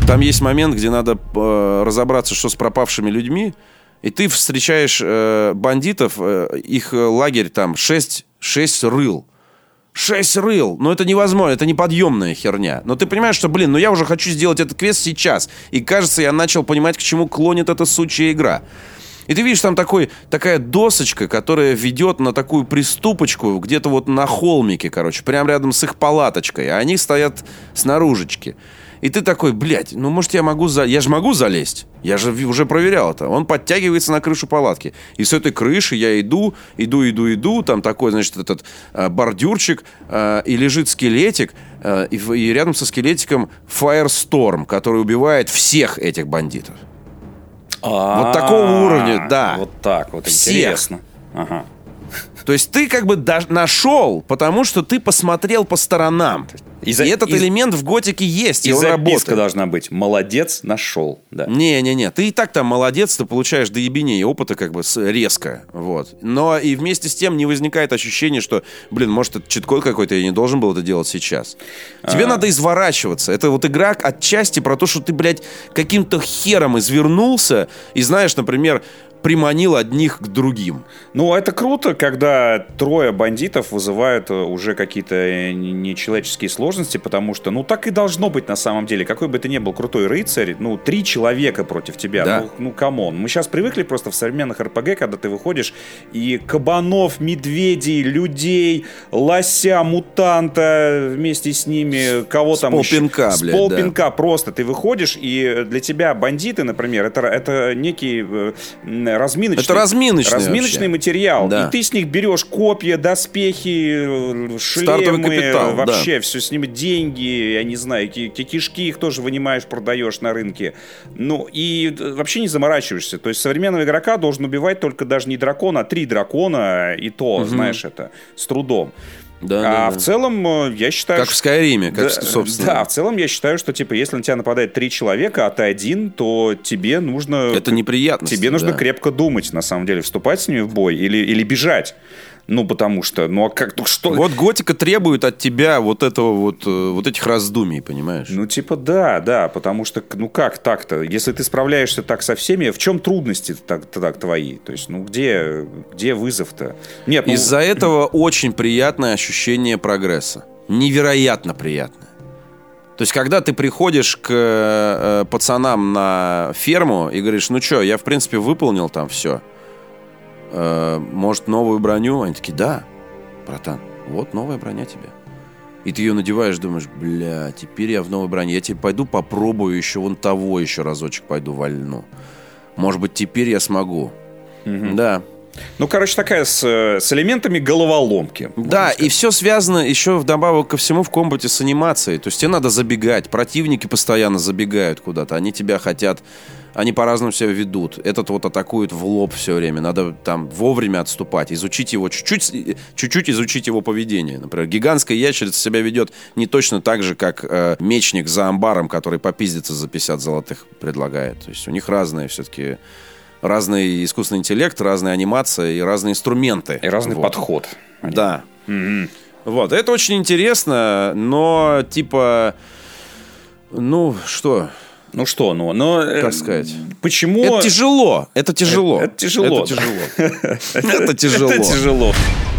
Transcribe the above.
Там есть момент, где надо разобраться, что с пропавшими людьми. И ты встречаешь бандитов, их лагерь там 6 рыл. 6 рыл. Ну, это невозможно, это неподъемная херня. Но ты понимаешь, что, блин, ну я уже хочу сделать этот квест сейчас. И кажется, я начал понимать, к чему клонит эта сучья игра. И ты видишь, там такая досочка, которая ведет на такую приступочку где-то вот на холмике, короче, прямо рядом с их палаточкой. А они стоят снаружечки. И ты такой, блядь, ну, может, я могу я же могу залезть. Я же уже проверял это. Он подтягивается на крышу палатки. И с этой крыши я иду. Там такой, значит, этот бордюрчик. И лежит скелетик. И рядом со скелетиком Firestorm, который убивает всех этих бандитов. Вот такого уровня, да. Вот так вот, всех. Интересно. Ага. То есть ты как бы нашел, потому что ты посмотрел по сторонам. И этот элемент в готике есть, и он записка работает. должна быть. Молодец, нашел. Да. Не-не-не, ты и так там молодец, ты получаешь доебение и опыта как бы резко. Вот. Но и вместе с тем не возникает ощущение, что, блин, может, это чит-код какой-то, я не должен был это делать сейчас. Тебе надо изворачиваться. Это вот игра отчасти про то, что ты, блядь, каким-то хером извернулся и знаешь, например, приманил одних к другим. Ну, это круто, когда 3 бандитов вызывают уже какие-то нечеловеческие сложности, потому что, ну, так и должно быть на самом деле. Какой бы ты ни был крутой рыцарь, 3 человека против тебя. Да. Ну, камон. Мы сейчас привыкли просто в современных РПГ, когда ты выходишь, и кабанов, медведей, людей, лося, мутанта, вместе с ними, кого там еще. С полпинка, просто. Ты выходишь, и для тебя бандиты, например, это некий разминочный. Это разминочный материал. Да. И ты с них берешь копья, доспехи, стартовый шлемы, капитал, вообще да. все с ними, деньги, я не знаю, кишки их тоже вынимаешь, продаешь на рынке. Ну, и вообще не заморачиваешься. То есть современного игрока должен убивать только даже не дракона, а 3 дракона, и то, знаешь, это с трудом. Да, в целом, я считаю... Как в Скайриме, собственно. Да, в целом я считаю, что, типа, если на тебя нападает 3 человека, а ты один, то тебе нужно... Это неприятность. Тебе нужно крепко думать, на самом деле, вступать с ними в бой или бежать. Ну, потому что, а как, что... Вот готика требует от тебя вот этого вот этих раздумий, понимаешь? Ну, типа, да, потому что, как так-то? Если ты справляешься так со всеми, в чем трудности тогда твои? То есть, где вызов-то? Нет, Из-за этого очень приятное ощущение прогресса. Невероятно приятное. То есть, когда ты приходишь к пацанам на ферму и говоришь, ну что, я, в принципе, выполнил там все. Может, новую броню? Они такие, да, братан, вот новая броня тебе. И ты ее надеваешь, думаешь, бля, теперь я в новой броне. Я теперь пойду попробую еще вон того еще разочек пойду вальну. Может быть, теперь я смогу. Да. Ну, короче, такая с элементами головоломки. Да, и все связано еще вдобавок ко всему в комбате с анимацией. То есть тебе надо забегать. Противники постоянно забегают куда-то. Они тебя хотят... Они по-разному себя ведут. Этот вот атакует в лоб все время. Надо там вовремя отступать, изучить его, чуть-чуть изучить его поведение. Например, гигантская ящерица себя ведет не точно так же, как мечник за амбаром, который попиздиться за 50 золотых предлагает. То есть у них разные все-таки... Разный искусственный интеллект, разная анимация и разные инструменты. И разный подход. Да. Вот, это очень интересно, но типа... Ну, что... Как сказать? Почему... Это тяжело. Это тяжело. Это тяжело.